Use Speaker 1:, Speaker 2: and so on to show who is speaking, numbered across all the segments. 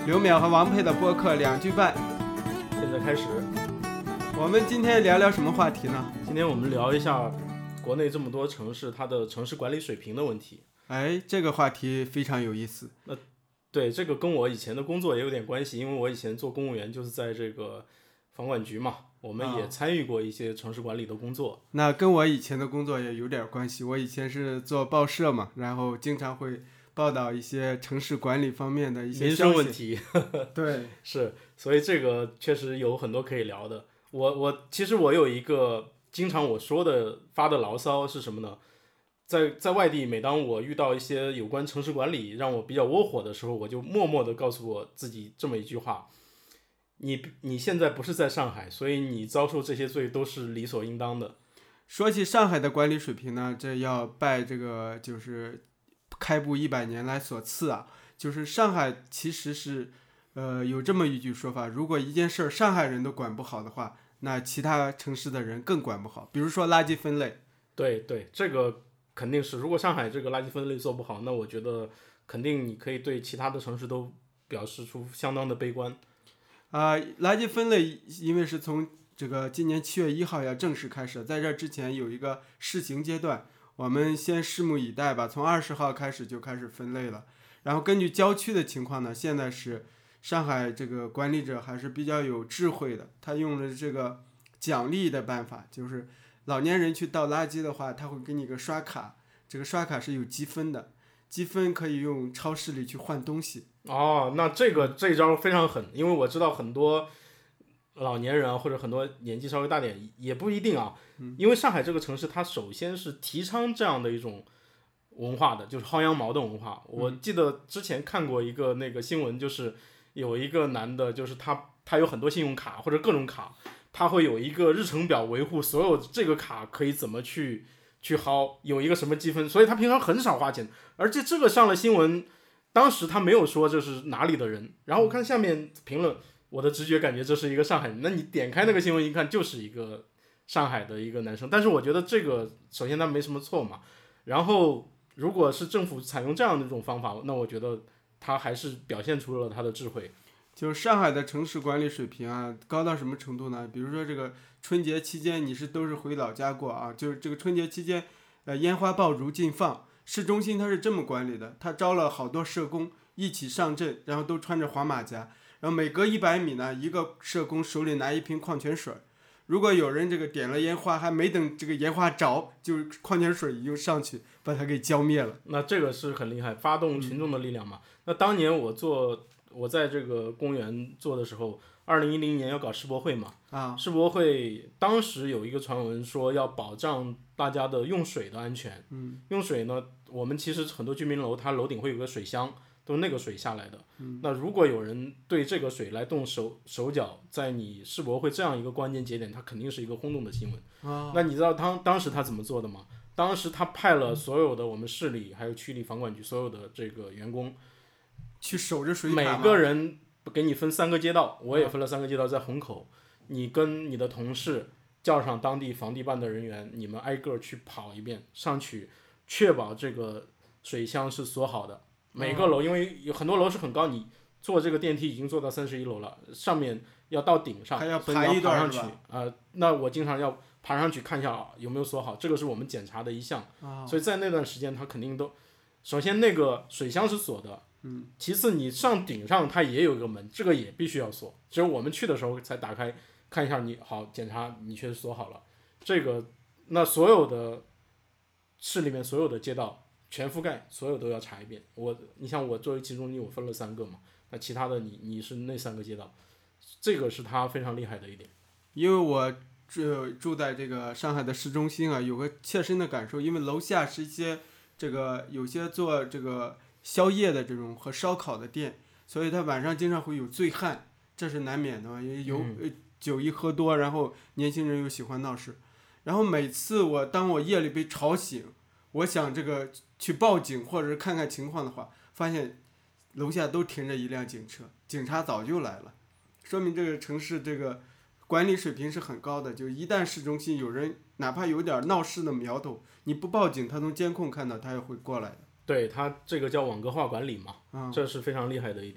Speaker 1: 刘淼和王佩的播客2句半，
Speaker 2: 现在开始。
Speaker 1: 我们今天聊聊什么话题呢？
Speaker 2: 今天我们聊一下国内这么多城市它的城市管理水平的问题。
Speaker 1: 哎，这个话题非常有意思。
Speaker 2: 对，这个跟我以前的工作也有点关系，因为我以前做公务员就是在这个房管局嘛，我们也参与过一些城市管理的工作。
Speaker 1: 那跟我以前的工作也有点关系，我以前是做报社嘛，然后经常会报道一些城市管理方面的一些
Speaker 2: 民生问题。
Speaker 1: 对，
Speaker 2: 是，所以这个确实有很多可以聊的。其实我有一个经常我说的发的牢骚是什么呢？在外地，每当我遇到一些有关城市管理让我比较窝火的时候，我就默默地告诉我自己这么一句话：你现在不是在上海，所以你遭受这些罪都是理所应当的。
Speaker 1: 说起上海的管理水平呢，这要拜这个就是开埠100年来所赐啊。就是上海其实是有这么一句说法，如果一件事儿上海人都管不好的话，那其他城市的人更管不好。比如说垃圾分类。
Speaker 2: 对，这个肯定是，如果上海这个垃圾分类做不好，那我觉得肯定你可以对其他的城市都表示出相当的悲观。
Speaker 1: 垃圾分类因为是从这个今年7月1号要正式开始，在这之前有一个试行阶段，我们先拭目以待吧。从20号开始就开始分类了，然后根据郊区的情况呢，现在是上海这个管理者还是比较有智慧的，他用了这个奖励的办法，就是老年人去倒垃圾的话，他会给你个刷卡，这个刷卡是有积分的，积分可以用超市里去换东西。
Speaker 2: 那这一招非常狠，因为我知道很多老年人啊，或者很多年纪稍微大点也不一定啊，因为上海这个城市它首先是提倡这样的一种文化的，就是薅羊毛的文化。我记得之前看过一个那个新闻，就是有一个男的，就是他有很多信用卡或者各种卡，他会有一个日程表维护所有这个卡可以怎么去薅，有一个什么积分，所以他平常很少花钱，而且这个上了新闻。当时他没有说这是哪里的人，然后我看下面评论，我的直觉感觉这是一个上海人。那你点开那个新闻一看，就是一个上海的一个男生。但是我觉得这个首先他没什么错嘛，然后如果是政府采用这样的一种方法，那我觉得他还是表现出了他的智慧。
Speaker 1: 就上海的城市管理水平啊，高到什么程度呢？比如说这个春节期间都是回老家过啊，就是这个春节期间，烟花爆竹禁放。市中心它是这么管理的，他招了好多社工一起上阵，然后都穿着黄马甲，然后每隔100米呢，一个社工手里拿一瓶矿泉水，如果有人这个点了烟花，还没等这个烟花着，就是矿泉水已经上去把它给浇灭了。
Speaker 2: 那这个是很厉害，发动群众的力量嘛。那当年我在这个公园做的时候，2010年要搞世博会嘛，世博会当时有一个传闻说要保障大家的用水的安全。用水呢，我们其实很多居民楼它楼顶会有个水箱，都是那个水下来的。那如果有人对这个水来动手脚，在你世博会这样一个关键节点，它肯定是一个轰动的新闻。那你知道当时他怎么做的吗？当时他派了所有的我们市里还有区里房管局所有的这个员工
Speaker 1: 去守着水塔，
Speaker 2: 每个人给你分3个街道，我也分了3个街道在虹口，你跟你的同事叫上当地房地办的人员，你们挨个去跑一遍，上去确保这个水箱是锁好的。每个楼因为有很多楼是很高，你坐这个电梯已经坐到31楼了，上面要到顶上，
Speaker 1: 还要爬一段
Speaker 2: 上去那我经常要爬上去看一下有没有锁好，这个是我们检查的一项。所以在那段时间他肯定都，首先那个水箱是锁的，其次你上顶上它也有一个门，这个也必须要锁，只有我们去的时候才打开看一下，你好检查你确实锁好了。这个那所有的市里面所有的街道全覆盖，所有都要查一遍。你像我作为其中心，我分了3个嘛，那其他的你是那3个街道，这个是他非常厉害的一点。
Speaker 1: 因为我住在这个上海的市中心啊，有个切身的感受，因为楼下是一些有些做这个宵夜的这种和烧烤的店，所以他晚上经常会有醉汉，这是难免的嘛，有酒一喝多，然后年轻人又喜欢闹事，然后每次当我夜里被吵醒，我想这个去报警或者是看看情况的话，发现楼下都停着一辆警车，警察早就来了，说明这个城市这个管理水平是很高的。就一旦市中心有人哪怕有点闹事的苗头，你不报警，他从监控看到，他也会过来的。
Speaker 2: 对，他这个叫网格化管理嘛，这是非常厉害的一点。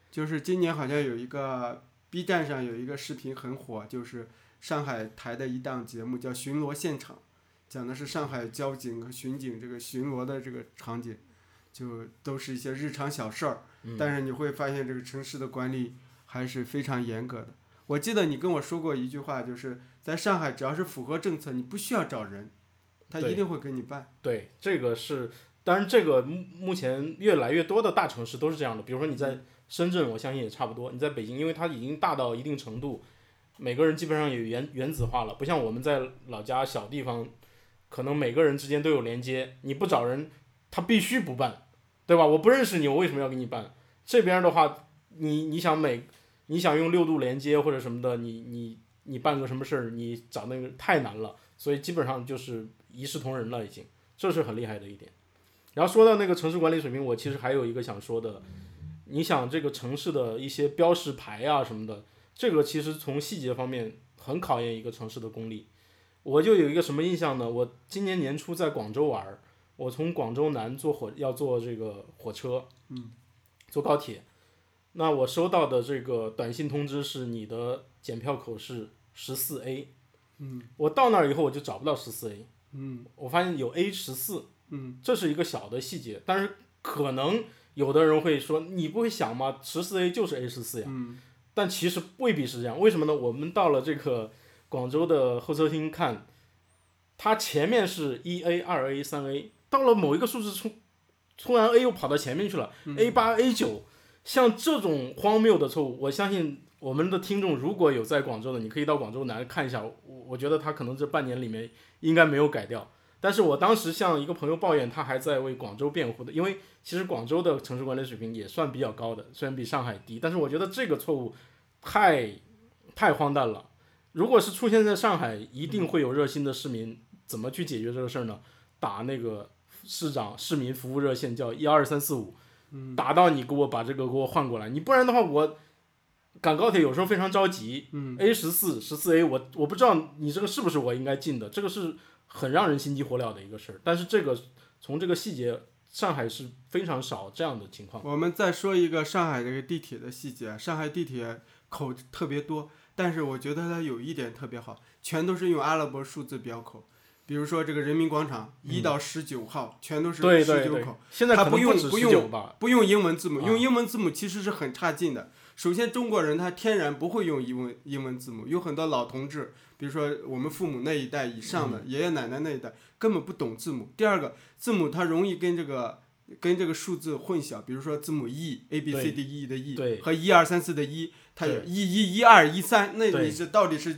Speaker 1: 就是今年好像有一个 B 站上有一个视频很火，就是上海台的一档节目叫《巡逻现场》，讲的是上海交警和巡警这个巡逻的这个场景，就都是一些日常小事儿，但是你会发现这个城市的管理还是非常严格的。我记得你跟我说过一句话，就是在上海只要是符合政策，你不需要找人，他一定会给你办。
Speaker 2: 对，这个是，当然这个目前越来越多的大城市都是这样的，比如说你在深圳，我相信也差不多。你在北京，因为它已经大到一定程度，每个人基本上也原子化了，不像我们在老家小地方，可能每个人之间都有连接，你不找人，他必须不办，对吧？我不认识你，我为什么要给你办？这边的话，你想用6度连接或者什么的，你办个什么事儿，你找那个太难了，所以基本上就是一视同仁了，已经，这是很厉害的一点。然后说到那个城市管理水平，我其实还有一个想说的，你想这个城市的一些标识牌啊什么的，这个其实从细节方面很考验一个城市的功力。我就有一个什么印象呢？我今年年初在广州玩，我从广州南要坐这个火车，坐高铁。那我收到的这个短信通知是你的检票口是14A，我到那儿以后我就找不到14A，我发现有 A14，这是一个小的细节，但是可能有的人会说，你不会想吗？14A 就是 A14呀，但其实未必是这样。为什么呢？我们到了这个广州的候车厅看，它前面是1A、2A、3A，到了某一个数字突然 A 又跑到前面去了，A8、A9。像这种荒谬的错误，我相信我们的听众如果有在广州的，你可以到广州南看一下，我觉得他可能这半年里面应该没有改掉。但是我当时向一个朋友抱怨，他还在为广州辩护的，因为其实广州的城市管理水平也算比较高的，虽然比上海低，但是我觉得这个错误太荒诞了。如果是出现在上海，一定会有热心的市民，怎么去解决这个事儿呢？打那个市民服务热线，叫12345。打到你给我把这个给我换过来，你不然的话我赶高铁有时候非常着急，A14、14A 我不知道你这个是不是我应该进的，这个是很让人心急火燎的一个事儿。但是这个从这个细节，上海是非常少这样的情况。
Speaker 1: 我们再说一个上海这个地铁的细节，上海地铁口特别多，但是我觉得它有一点特别好，全都是用阿拉伯数字标口。比如说这个人民广场1到19号，全都是19口，
Speaker 2: 现在可能不止19吧，
Speaker 1: 不用英文字母，用英文字母其实是很差劲的。首先中国人他天然不会用英文字母，有很多老同志，比如说我们父母那一代以上的，爷爷奶奶那一代根本不懂字母。第二个，字母它容易跟这个数字混淆，比如说字母 E，A B C D E 的 E 和1 2 3 4的1，它有1 1 1 2 1 3，那你是到底是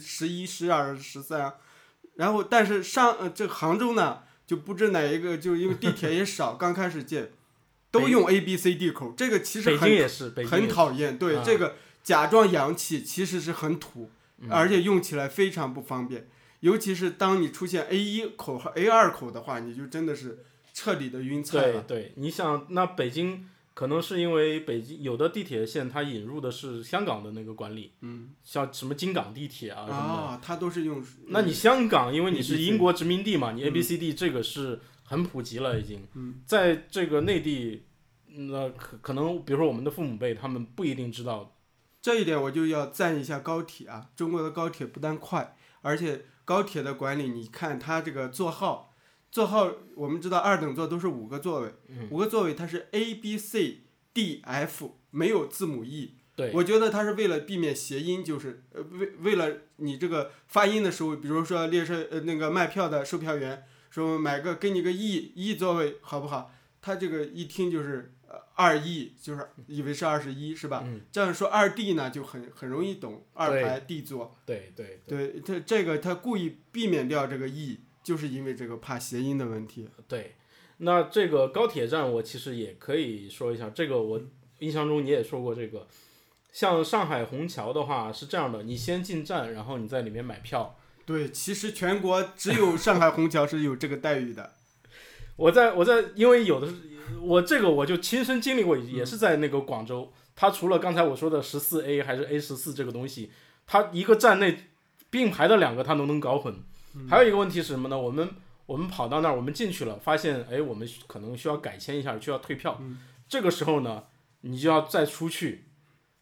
Speaker 1: 11、12、13？然后，但是这个杭州呢，就不知哪一个，就因为地铁也少，刚开始建，都用 A B C D 口，这个其实很讨厌。对，这个假装洋气，其实是很土，而且用起来非常不方便。尤其是当你出现 A1 口和 A2 口的话，你就真的是彻底的晕菜了。
Speaker 2: 对，你想，那北京可能是因为北京有的地铁线它引入的是香港的那个管理，像什么京港地铁啊什么的，
Speaker 1: 它都是用。
Speaker 2: 那你香港，因为你是英国殖民地嘛，你 ABCD 这个是很普及了已经。在这个内地，那可能比如说我们的父母辈，他们不一定知道。
Speaker 1: 这一点我就要赞一下高铁啊！中国的高铁不但快，而且高铁的管理，你看它这个座号，我们知道2等座都是5个座位，5个座位它是 A B C D F， 没有字母 E。
Speaker 2: 对，
Speaker 1: 我觉得它是为了避免谐音，就是为了你这个发音的时候，比如说列车那个卖票的售票员说给你个 E 座位好不好？他这个一听就是2E，就是以为是21，是吧？这样说2D 呢就很容易懂，2排 D 座。
Speaker 2: 对，
Speaker 1: 他故意避免掉这个 E。就是因为这个怕谐音的问题。
Speaker 2: 对，那这个高铁站我其实也可以说一下，这个我印象中你也说过这个，像上海虹桥的话是这样的，你先进站，然后你在里面买票。
Speaker 1: 对，其实全国只有上海虹桥是有这个待遇的。
Speaker 2: 我在因为有的我就亲身经历过，也是在那个广州，它除了刚才我说的14A 还是 A14这个东西，它一个站内并排的2个它都能搞混。还有一个问题是什么呢？我们跑到那儿，我们进去了，发现我们可能需要改签一下，需要退票。这个时候呢，你就要再出去，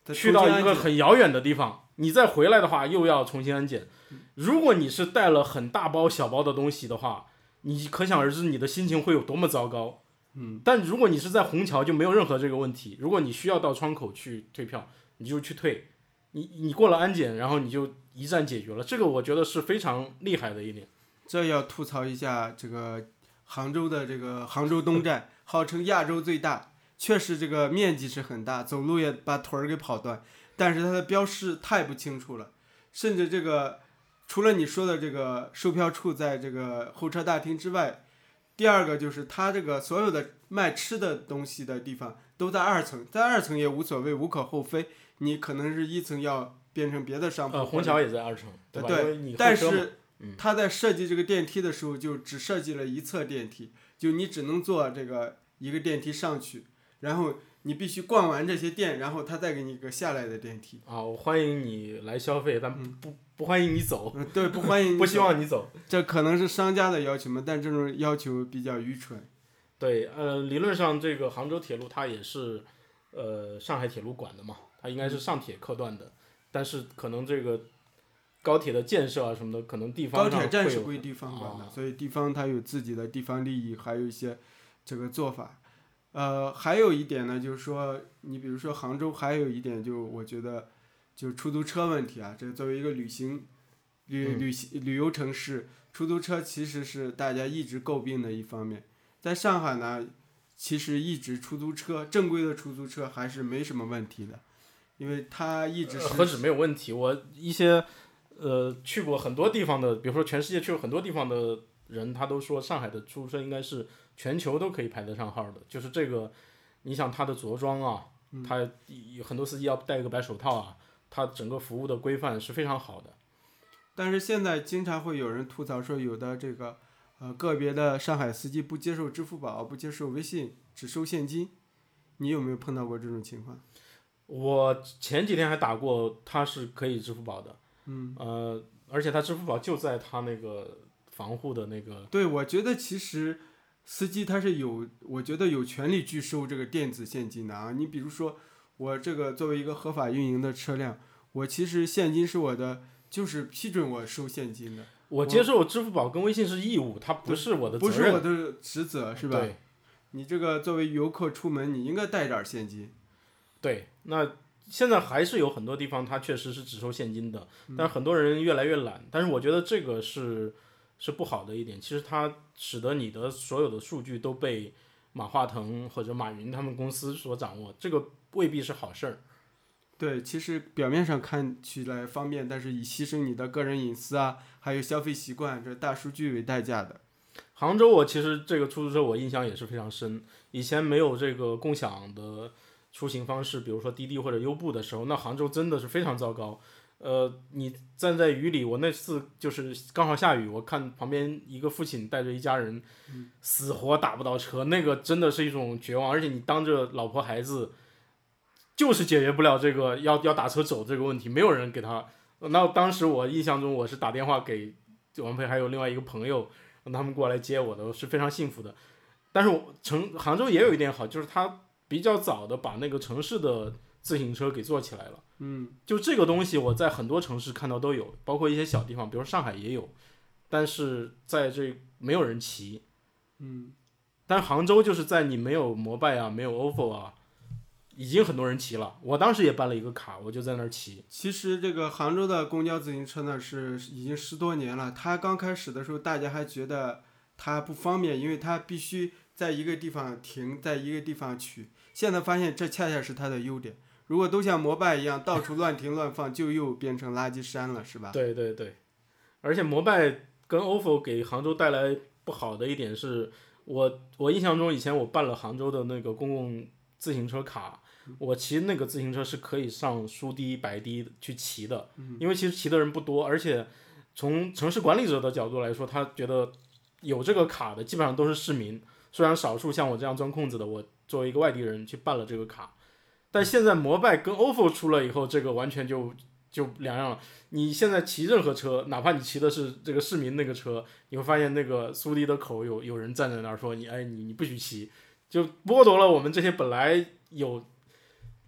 Speaker 2: 去到一个很遥远的地方，你再回来的话又要重新安检。如果你是带了很大包小包的东西的话，你可想而知你的心情会有多么糟糕。但如果你是在虹桥就没有任何这个问题，如果你需要到窗口去退票，你就去退，你过了安检，然后你就一站解决了，这个我觉得是非常厉害的一点。
Speaker 1: 这要吐槽一下这个杭州的这个杭州东站，号称亚洲最大，确实这个面积是很大，走路也把腿儿给跑断，但是它的标识太不清楚了，甚至这个除了你说的这个售票处在这个候车大厅之外，第二个就是它这个所有的卖吃的东西的地方都在2层，在2层也无所谓，无可厚非。你可能是1层要变成别的商铺。
Speaker 2: 虹桥也在2层，对吧？
Speaker 1: 对，但是他在设计这个电梯的时候，就只设计了一侧电梯，就你只能坐这个一个电梯上去，然后你必须逛完这些店，然后他再给你一个下来的电梯。
Speaker 2: 我欢迎你来消费，但不欢迎你走。
Speaker 1: 对，不欢迎你走。
Speaker 2: 不希望你走。
Speaker 1: 这可能是商家的要求嘛，但这种要求比较愚蠢。
Speaker 2: 对，理论上这个杭州铁路它也是上海铁路管的嘛，它应该是上铁客段的，但是可能这个高铁的建设啊什么的，可能地方上
Speaker 1: 高铁站是归地方管的，所以地方它有自己的地方利益，还有一些这个做法。还有一点呢，就是说，你比如说杭州，还有一点就我觉得，就出租车问题啊，这作为一个旅游城市，出租车其实是大家一直诟病的一方面。在上海呢，其实一直出租车正规的出租车还是没什么问题的，因为它一直是
Speaker 2: 何止没有问题，我一些去过很多地方的，比如说全世界去过很多地方的人，他都说上海的出租车应该是全球都可以排得上号的。就是这个，你想它的着装啊，它很多司机要戴一个白手套啊，它整个服务的规范是非常好的。
Speaker 1: 但是现在经常会有人吐槽说，有的这个个别的上海司机不接受支付宝，不接受微信，只收现金。你有没有碰到过这种情况？
Speaker 2: 我前几天还打过，他是可以支付宝的。而且他支付宝就在他那个防护的那个。
Speaker 1: 对，我觉得其实司机他是我觉得有权利拒收这个电子现金的啊。你比如说，我这个作为一个合法运营的车辆，我其实现金是我的，就是批准我收现金的。
Speaker 2: 我接受支付宝跟微信是义务，它不是我的责任，
Speaker 1: 不是我的职责，是吧？
Speaker 2: 对。
Speaker 1: 你这个作为游客出门，你应该带点现金。
Speaker 2: 对，那现在还是有很多地方它确实是只收现金的，但是很多人越来越懒。但是我觉得这个是不好的一点，其实它使得你的所有的数据都被马化腾或者马云他们公司所掌握，这个未必是好事儿。
Speaker 1: 对，其实表面上看起来方便，但是以牺牲你的个人隐私啊，还有消费习惯，这大数据为代价的。
Speaker 2: 杭州我其实这个出租车我印象也是非常深，以前没有这个共享的出行方式，比如说滴滴或者优步的时候，那杭州真的是非常糟糕。你站在雨里，我那次就是刚好下雨，我看旁边一个父亲带着一家人，死活打不到车，那个真的是一种绝望。而且你当着老婆孩子，就是解决不了这个要打车走这个问题，没有人给他。那当时我印象中我是打电话给王培还有另外一个朋友，让他们过来接我的，我是非常幸福的。但是杭州也有一点好，就是它比较早的把那个城市的自行车给做起来了。就这个东西我在很多城市看到都有，包括一些小地方，比如上海也有，但是在这没有人骑。但是杭州就是在你没有摩拜啊，没有 ofo 啊，已经很多人骑了。我当时也办了一个卡，我就在那儿骑。
Speaker 1: 其实这个杭州的公交自行车呢是已经10多年了，它刚开始的时候大家还觉得它不方便，因为它必须在一个地方停，在一个地方取。现在发现这恰恰是它的优点。如果都像摩拜一样到处乱停乱放，就又变成垃圾山了，是吧？
Speaker 2: 对对对，而且摩拜跟 ofo 给杭州带来不好的一点是，我印象中以前我办了杭州的那个公共自行车卡，我骑那个自行车是可以上苏滴白滴去骑的，因为其实骑的人不多，而且从城市管理者的角度来说，他觉得有这个卡的基本上都是市民，虽然少数像我这样钻空子的，我作为一个外地人去办了这个卡。但现在摩拜跟 ofo 出了以后，这个完全就两样了。你现在骑任何车，哪怕你骑的是这个市民那个车，你会发现那个苏黎的口有人站在那儿说你不许骑，就剥夺了我们这些本来有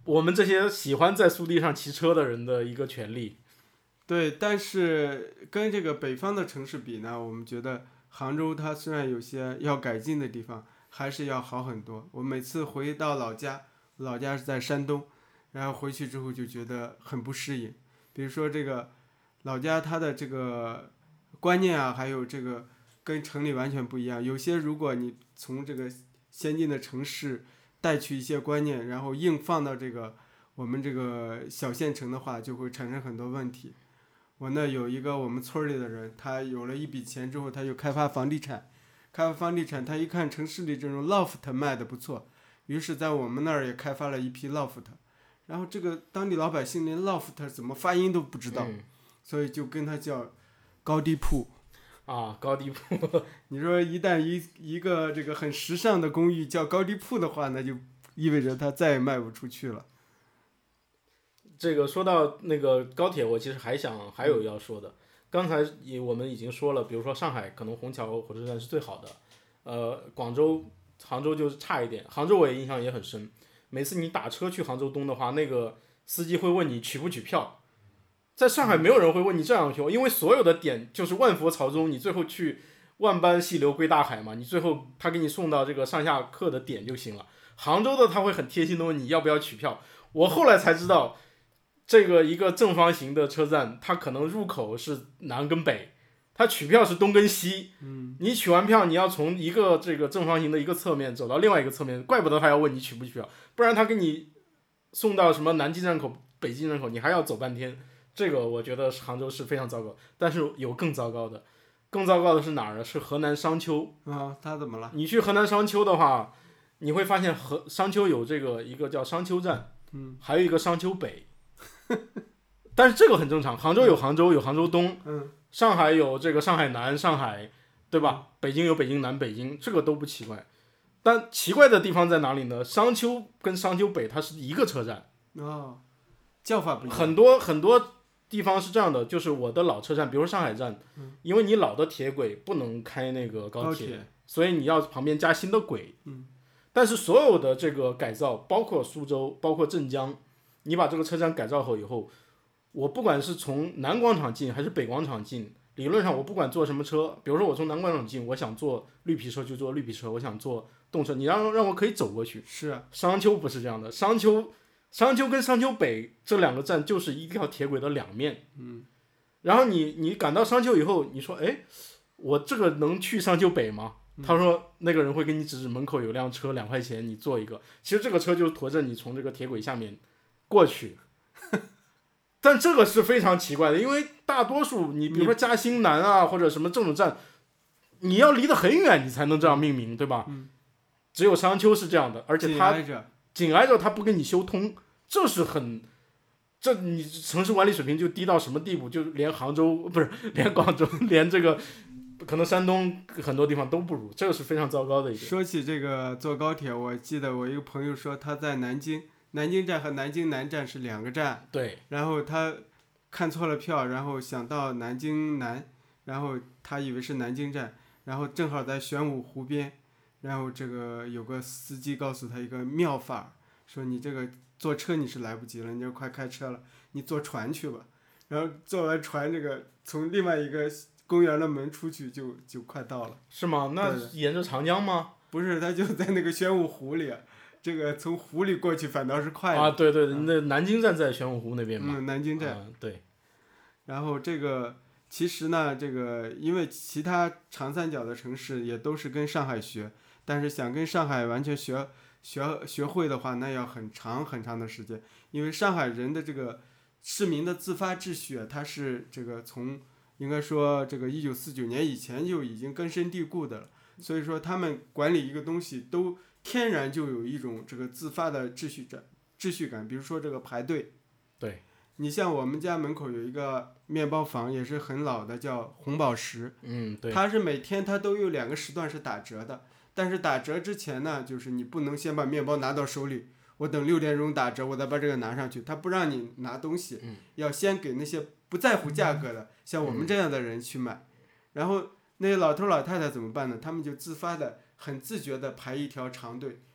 Speaker 2: 我们这些喜欢在苏地上骑车的人的一个权利。
Speaker 1: 对，但是跟这个北方的城市比呢，我们觉得杭州它虽然有些要改进的地方，还是要好很多。我每次回到老家，老家是在山东，然后回去之后就觉得很不适应。比如说这个老家它的这个观念啊，还有这个跟城里完全不一样。有些如果你从这个先进的城市带去一些观念，然后硬放到这个我们这个小县城的话，就会产生很多问题。我那有一个我们村里的人，他有了一笔钱之后，他就开发房地产，他一看城市里这种 loft 卖的不错，于是在我们那儿也开发了一批 loft， 然后这个当地老百姓连 loft 怎么发音都不知道，所以就跟他叫高低铺
Speaker 2: 啊，高低铺。
Speaker 1: 你说一旦一个这个很时尚的公寓叫高低铺的话，那就意味着它再也卖不出去了。
Speaker 2: 这个说到那个高铁，我其实还有要说的。刚才我们已经说了，比如说上海可能虹桥火车站是最好的，广州、杭州就是差一点。杭州我也印象也很深，每次你打车去杭州东的话，那个司机会问你取不取票。在上海没有人会问你这样说，因为所有的点就是万佛朝宗，你最后去万般细流归大海嘛，你最后他给你送到这个上下客的点就行了。杭州的他会很贴心的问你要不要取票，我后来才知道。这个一个正方形的车站，它可能入口是南跟北，它取票是东跟西。你取完票，你要从一个这个正方形的一个侧面走到另外一个侧面，怪不得他要问你取不取票，不然他给你送到什么南京站口、北京站口，你还要走半天。这个我觉得杭州是非常糟糕，但是有更糟糕的，是哪儿呢？是河南商丘
Speaker 1: 啊，它怎么了？
Speaker 2: 你去河南商丘的话，你会发现商丘有这个一个叫商丘站，还有一个商丘北。但是这个很正常，杭州有杭州，有杭州东，上海有这个上海南、上海，对吧？北京有北京南、北京，这个都不奇怪。但奇怪的地方在哪里呢？商丘跟商丘北它是一个车站，
Speaker 1: 叫法不一样。
Speaker 2: 很多地方是这样的，就是我的老车站，比如说上海站，因为你老的铁轨不能开那个高铁，所以你要旁边加新的轨。但是所有的这个改造，包括苏州，包括镇江。你把这个车站改造好以后，我不管是从南广场进还是北广场进，理论上我不管坐什么车，比如说我从南广场进，我想坐绿皮车就坐绿皮车，我想坐动车，你让我可以走过去。
Speaker 1: 是啊，
Speaker 2: 商丘不是这样的，商丘跟商丘北这两个站就是一条铁轨的两面。然后你赶到商丘以后，你说，哎，我这个能去商丘北吗？他说那个人会给你指门口有辆车，2块钱你坐一个。其实这个车就驮着你从这个铁轨下面过去，但这个是非常奇怪的，因为大多数你比如说嘉兴南啊或者什么这种站，你要离得很远你才能这样命名，对吧？只有商丘是这样的，而且它紧挨着它不给你修通，这你城市管理水平就低到什么地步？就连杭州不是连广州连这个可能山东很多地方都不如，这个是非常糟糕的一点。
Speaker 1: 说起这个坐高铁，我记得我一个朋友说他在南京站和南京南站是2个站，
Speaker 2: 对，
Speaker 1: 然后他看错了票，然后想到南京南，然后他以为是南京站，然后正好在玄武湖边，然后这个有个司机告诉他一个妙法，说你这个坐车你是来不及了，你就快开车了，你坐船去吧。然后坐完船，这个从另外一个公园的门出去就快到了。
Speaker 2: 是吗？那沿着长江吗？
Speaker 1: 不是，他就在那个玄武湖里。这个从湖里过去反倒是快的
Speaker 2: 啊！对，那南京站在玄武湖那边嘛。
Speaker 1: 南京站。
Speaker 2: 对。
Speaker 1: 然后这个其实呢，这个因为其他长三角的城市也都是跟上海学，但是想跟上海完全学会的话，那要很长很长的时间，因为上海人的这个市民的自发秩序，它是这个从应该说这个1949年以前就已经根深蒂固的了，所以说他们管理一个东西都天然就有一种这个自发的秩序感，比如说这个排队。
Speaker 2: 对，
Speaker 1: 你像我们家门口有一个面包房，也是很老的，叫红宝石。
Speaker 2: 对。
Speaker 1: 它是每天它都有2个时段是打折的，但是打折之前呢，就是你不能先把面包拿到手里，我等6点钟打折，我再把这个拿上去。他不让你拿东西，要先给那些不在乎价格的，像我们这样的人去买。然后那些老头老太太怎么办呢？他们就自发的、很自觉的排一条长队，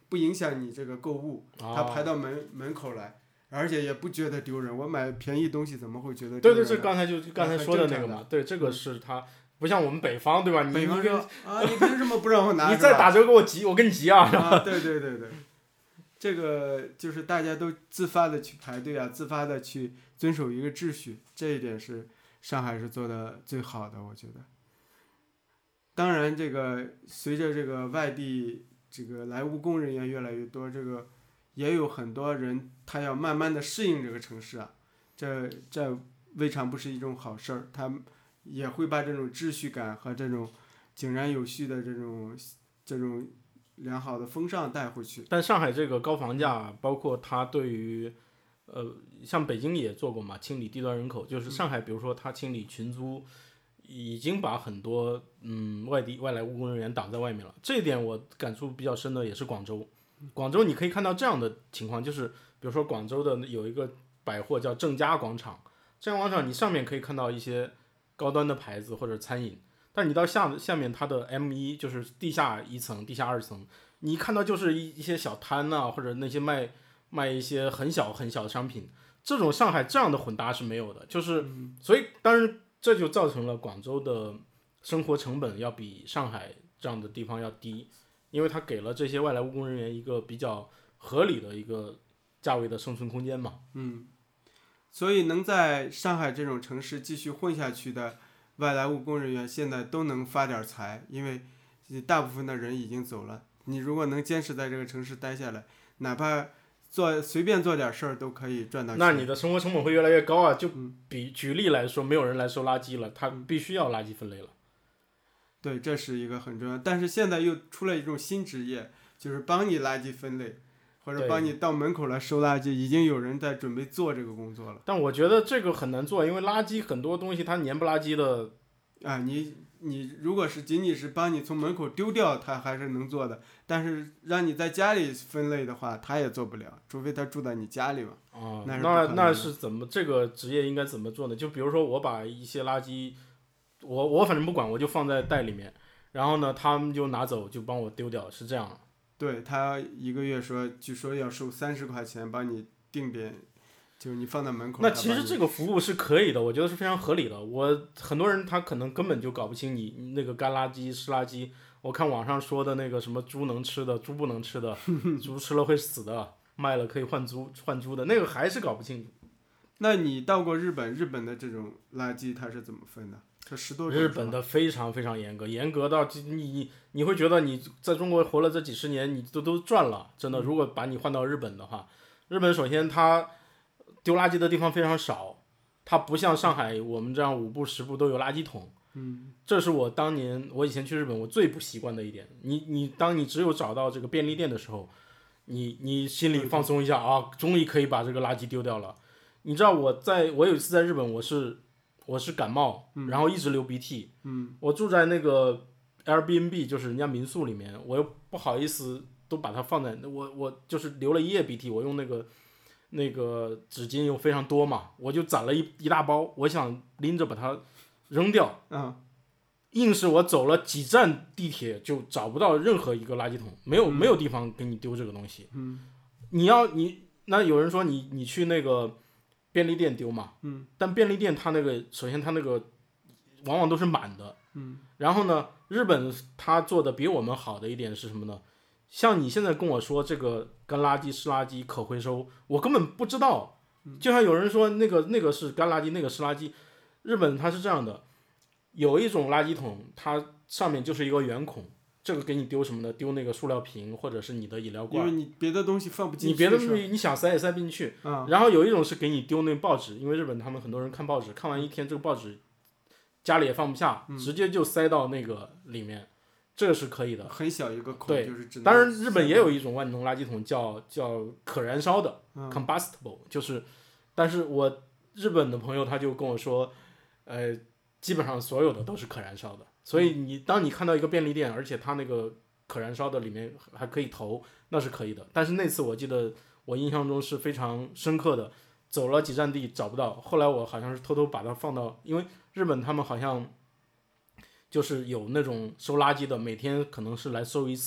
Speaker 1: 不影响你这个购物，他排到门口来，而且也不觉得丢人。我买便宜东西怎么会觉得丢人呢？
Speaker 2: 对，刚才说的那个嘛，对，这个是他不像我们北方对吧？
Speaker 1: 北方说你凭什么不让我拿？
Speaker 2: 你再打折给我急，我跟你急啊！
Speaker 1: 对，这个就是大家都自发的去排队啊，自发的去遵守一个秩序，这一点是上海是做的最好的，我觉得。当然，这个随着这个外地这个来务工人员越来越多，这个也有很多人他要慢慢的适应这个城市啊，这未尝不是一种好事儿，他也会把这种秩序感和这种井然有序的这种良好的风尚带回去。
Speaker 2: 但上海这个高房价，包括它对于像北京也做过嘛，清理低端人口，就是上海，比如说它清理群租，已经把很多外来务工人员挡在外面了。这一点我感触比较深的也是广州。广州你可以看到这样的情况，就是比如说广州的有一个百货叫正佳广场，正佳广场你上面可以看到一些高端的牌子或者餐饮，但你到下面它的 M1 就是地下一层、地下二层，你看到就是一些小摊啊，或者那些卖一些很小的商品，这种上海这样的混搭是没有的，就是所以当然这就造成了广州的生活成本要比上海这样的地方要低，因为它给了这些外来务工人员一个比较合理的一个价位的生存空间嘛。
Speaker 1: 所以能在上海这种城市继续混下去的外来务工人员，现在都能发点财，因为大部分的人已经走了。你如果能坚持在这个城市待下来，哪怕随便做点事儿都可以赚到钱。
Speaker 2: 那你的生活成本会越来越高啊！就举例来说，没有人来收垃圾了，他必须要垃圾分类了。
Speaker 1: 对，这是一个很重要。但是现在又出了一种新职业，就是帮你垃圾分类，或者帮你到门口来收垃圾，已经有人在准备做这个工作了。
Speaker 2: 但我觉得这个很难做，因为垃圾很多东西它黏不拉几的。
Speaker 1: 你如果是仅仅是帮你从门口丢掉，他还是能做的。但是让你在家里分类的话，他也做不了，除非他住在你家里嘛。
Speaker 2: 那是怎么这个职业应该怎么做呢？就比如说我把一些垃圾，我反正不管，我就放在袋里面，然后呢，他们就拿走，就帮我丢掉，是这样。
Speaker 1: 对，他一个月据说要收30块钱，帮你定点。就是你放在门口。
Speaker 2: 那其实这个服务是可以的，我觉得是非常合理的。很多人他可能根本就搞不清你那个干垃圾、湿垃圾。我看网上说的那个什么猪能吃的、猪不能吃的，猪吃了会死的，卖了可以换猪的，那个还是搞不清楚。
Speaker 1: 那你到过日本的这种垃圾它是怎么分的？这10多种。
Speaker 2: 日本的非常非常严格，严格到你会觉得你在中国活了这几十年，你都赚了，真的。如果把你换到日本的话，日本首先它丢垃圾的地方非常少，它不像上海我们这样5步10步都有垃圾桶。这是我以前去日本我最不习惯的一点。当你只有找到这个便利店的时候，你心里放松一下啊，终于可以把这个垃圾丢掉了。你知道我有一次在日本，我是感冒，然后一直流鼻涕。我住在那个 Airbnb 就是人家民宿里面，我又不好意思都把它放在我就是流了一夜鼻涕，我用那个纸巾又非常多嘛，我就攒了一大包，我想拎着把它扔掉。硬是我走了几站地铁就找不到任何一个垃圾桶，没有地方给你丢这个东西。那有人说你去那个便利店丢嘛，但便利店它首先它那个往往都是满的。然后呢，日本它做的比我们好的一点是什么呢？像你现在跟我说这个干垃圾、湿垃圾可回收，我根本不知道。就像有人说那个是干垃圾，那个湿垃圾，日本它是这样的，有一种垃圾桶，它上面就是一个圆孔，这个给你丢什么呢？丢那个塑料瓶或者是你的饮料罐，
Speaker 1: 因为你别的东西放不进去，
Speaker 2: 你别的东西你想塞也塞不进去。然后有一种是给你丢那报纸，因为日本他们很多人看报纸，看完一天这个报纸家里也放不下，直接就塞到那个里面。这个是可以的，
Speaker 1: 很小一个孔，
Speaker 2: 对，
Speaker 1: 就是只能。
Speaker 2: 当然，日本也有一种万能垃圾桶叫可燃烧的、combustible， 就是，但是我日本的朋友他就跟我说，基本上所有的都是可燃烧的，所以当你看到一个便利店，而且它那个可燃烧的里面还可以投，那是可以的。但是那次我记得我印象中是非常深刻的，走了几站地找不到，后来我好像是偷偷把它放到，因为日本他们好像。就是有那种收垃圾的，每天可能是来收一次，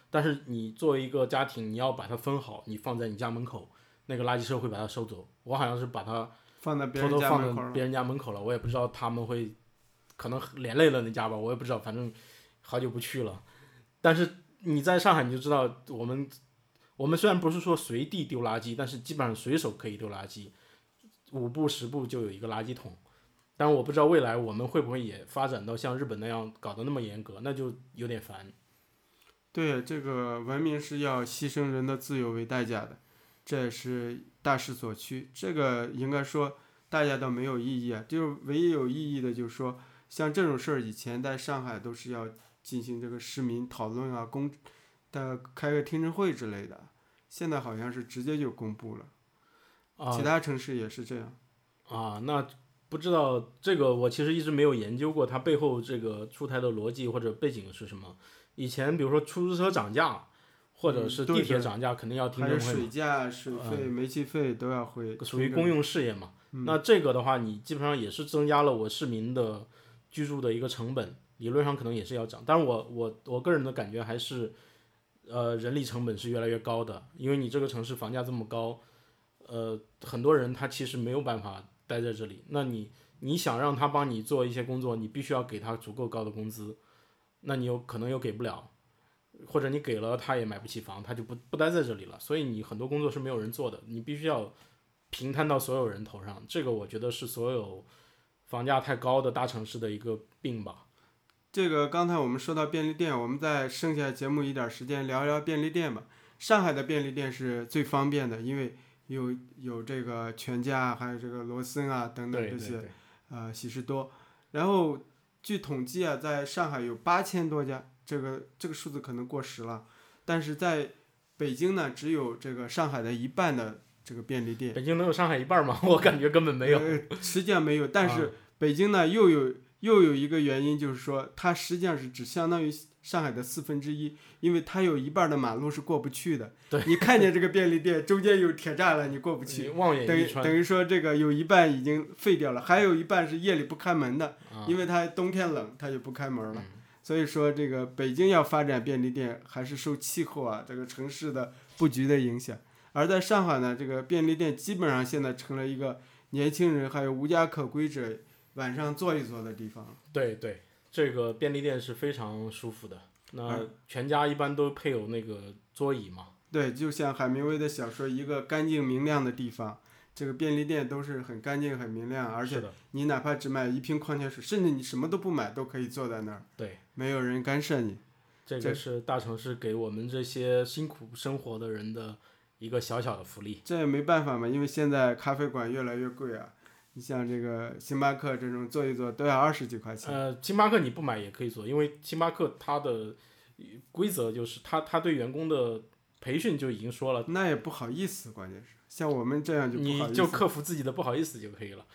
Speaker 2: 但是你作为一个家庭，你要把它分好，你放在你家门口，那个垃圾车会把它收走。我好像是把它
Speaker 1: 放在别
Speaker 2: 偷偷
Speaker 1: 人家门口了。
Speaker 2: 放在别人家门口了，我也不知道他们会可能连累了那家吧，我也不知道，反正好久不去了。但是你在上海你就知道，我们虽然不是说随地丢垃圾，但是基本上随手可以丢垃圾，5步10步就有一个垃圾桶。但我不知道未来我们会不会也发展到像日本那样搞得那么严格，那就有点烦。
Speaker 1: 对，这个文明是要牺牲人的自由为代价的，这也是大势所趋。这个应该说大家都没有异议啊，就是唯一有异议的就是说，像这种事儿以前在上海都是要进行这个市民讨论啊，开个听证会之类的，现在好像是直接就公布了，其他城市也是这样。
Speaker 2: 那不知道这个，我其实一直没有研究过它背后这个出台的逻辑或者背景是什么。以前比如说出租车涨价，或者是地铁涨价，肯定要听证会嘛。
Speaker 1: 还有水价、水费、煤气费都要会。
Speaker 2: 属于公用事业嘛。那这个的话，你基本上也是增加了我市民的居住的一个成本，理论上可能也是要涨。但是我个人的感觉还是，人力成本是越来越高的，因为你这个城市房价这么高，很多人他其实没有办法待在这里。那你想让他帮你做一些工作，你必须要给他足够高的工资，那你可能又给不了，或者你给了他也买不起房，他就不待在这里了。所以你很多工作是没有人做的，你必须要平摊到所有人头上。这个我觉得是所有房价太高的大城市的一个病吧。
Speaker 1: 这个刚才我们说到便利店，我们在剩下节目一点时间聊一聊便利店吧。上海的便利店是最方便的，因为有这个全家，还有这个罗森啊等等这些，喜事多。然后据统计啊，在上海有8000多家，这个数字可能过时了，但是在北京呢，只有这个上海的一半的这个便利店。
Speaker 2: 北京能有上海一半吗？我感觉根本没有。
Speaker 1: 实际上没有，但是北京呢又有一个原因，就是说它实际上是只相当于上海的1/4，因为它有一半的马路是过不去的。
Speaker 2: 对，
Speaker 1: 你看见这个便利店中间有铁栅栏，你过不去，
Speaker 2: 望眼欲穿。
Speaker 1: 等于说这个有一半已经废掉了，还有一半是夜里不开门的，因为它冬天冷，它就不开门了。所以说这个北京要发展便利店，还是受气候啊这个城市的布局的影响。而在上海呢，这个便利店基本上现在成了一个年轻人还有无家可归者晚上坐一坐的地方。
Speaker 2: 对，这个便利店是非常舒服的。那全家一般都配有那个桌椅嘛。
Speaker 1: 对，就像海明威的小说《一个干净明亮的地方》，这个便利店都是很干净很明亮，而且你哪怕只买一瓶矿泉水，甚至你什么都不买，都可以坐在那儿，
Speaker 2: 对，
Speaker 1: 没有人干涉你。
Speaker 2: 这个是大城市给我们这些辛苦生活的人的一个小小的福利。
Speaker 1: 这也没办法嘛，因为现在咖啡馆越来越贵啊。你像这个星巴克这种坐一坐都要20几块钱。
Speaker 2: 星巴克你不买也可以坐，因为星巴克它的规则就是它对员工的培训就已经说了。
Speaker 1: 那也不好意思，关键是像我们这样就不好意思。
Speaker 2: 你就克服自己的不好意思就可以了。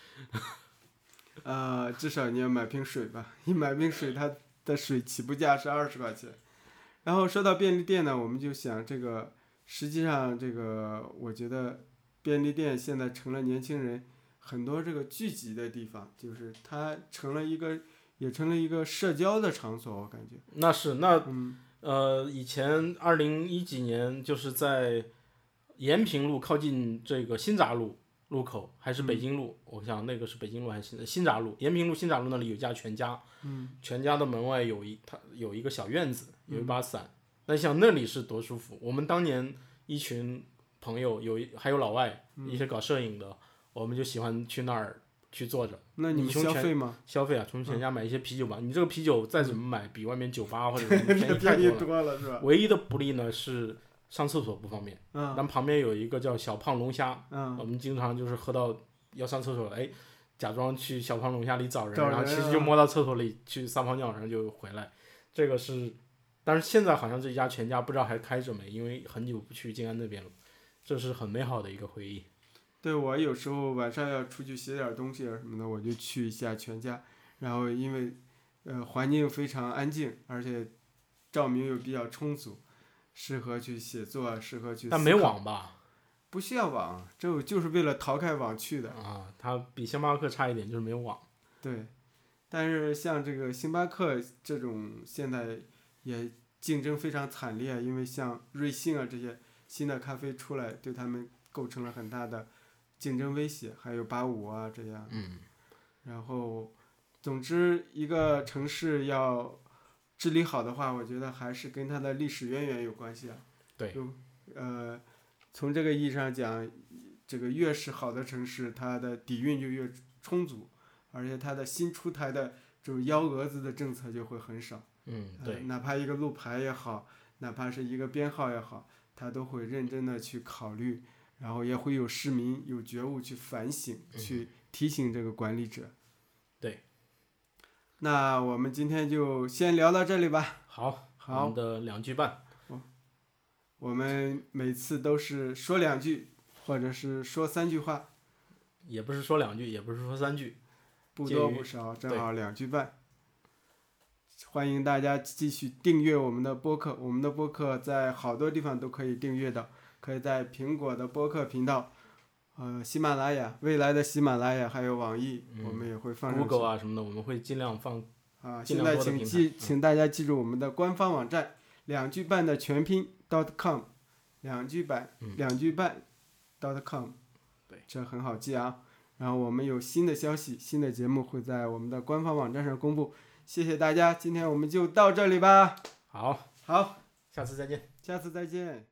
Speaker 1: 至少你要买瓶水吧，一买瓶水它的水起步价是20块钱。然后说到便利店呢，我们就想这个实际上这个我觉得便利店现在成了年轻人很多这个聚集的地方，就是它成了一个社交的场所，我感觉。
Speaker 2: 那是以前2010几年就是在延平路靠近这个新闸路路口还是北京路，我想那个是北京路还是新闸路，延平路新闸路那里有一家全家，全家的门外有一个小院子，有一把伞，那想那里是多舒服。我们当年一群朋友还有老外，一些搞摄影的，我们就喜欢去那儿去坐着。
Speaker 1: 那你们消费吗？
Speaker 2: 消费啊，从全家买一些啤酒吧。你这个啤酒再怎么买，比外面酒吧或者便宜太
Speaker 1: 多了，是吧？
Speaker 2: 唯一的不利呢是上厕所不方便。咱旁边有一个叫小胖龙虾，我们经常就是喝到要上厕所了，假装去小胖龙虾里找人，然后其实就摸到厕所里去撒泡尿，然后就回来。这个是，但是现在好像这家全家不知道还开着没，因为很久不去静安那边了。这是很美好的一个回忆。
Speaker 1: 对，我有时候晚上要出去写点东西啊什么的，我就去一下全家，然后因为环境非常安静，而且照明又比较充足，适合去写作，适合去思考。
Speaker 2: 但没网吧？
Speaker 1: 不需要网，这就是为了逃开网去的。
Speaker 2: 它比星巴克差一点，就是没有网。
Speaker 1: 对，但是像这个星巴克这种现在也竞争非常惨烈，因为像瑞幸啊这些新的咖啡出来，对他们构成了很大的竞争威胁，还有85啊这样。然后，总之一个城市要治理好的话，我觉得还是跟它的历史渊源有关系啊。
Speaker 2: 对。
Speaker 1: 从这个意义上讲，这个越是好的城市，它的底蕴就越充足，而且它的新出台的这种幺蛾子的政策就会很少。
Speaker 2: 对。
Speaker 1: 哪怕一个路牌也好，哪怕是一个编号也好，它都会认真的去考虑，然后也会有市民有觉悟去反省，去提醒这个管理者。
Speaker 2: 对。
Speaker 1: 那我们今天就先聊到这里吧。
Speaker 2: 好，我们的2句半。
Speaker 1: 我们每次都是说2句，或者是说3句话。
Speaker 2: 也不是说2句，也不是说3句，
Speaker 1: 不多不少，正好2句半。欢迎大家继续订阅我们的播客，我们的播客在好多地方都可以订阅到，可以在苹果的播客频道，喜马拉雅，未来的喜马拉雅还有网易，我们也会放上去。
Speaker 2: Google 啊什么的，我们会尽量放。
Speaker 1: 现在请大家记住我们的官方网站，2句半的全拼.com， 2句半.com，
Speaker 2: 对，
Speaker 1: 这很好记啊。然后我们有新的消息，新的节目会在我们的官方网站上公布。谢谢大家，今天我们就到这里吧。
Speaker 2: 好，
Speaker 1: 下次
Speaker 2: 再见。
Speaker 1: 下次再见。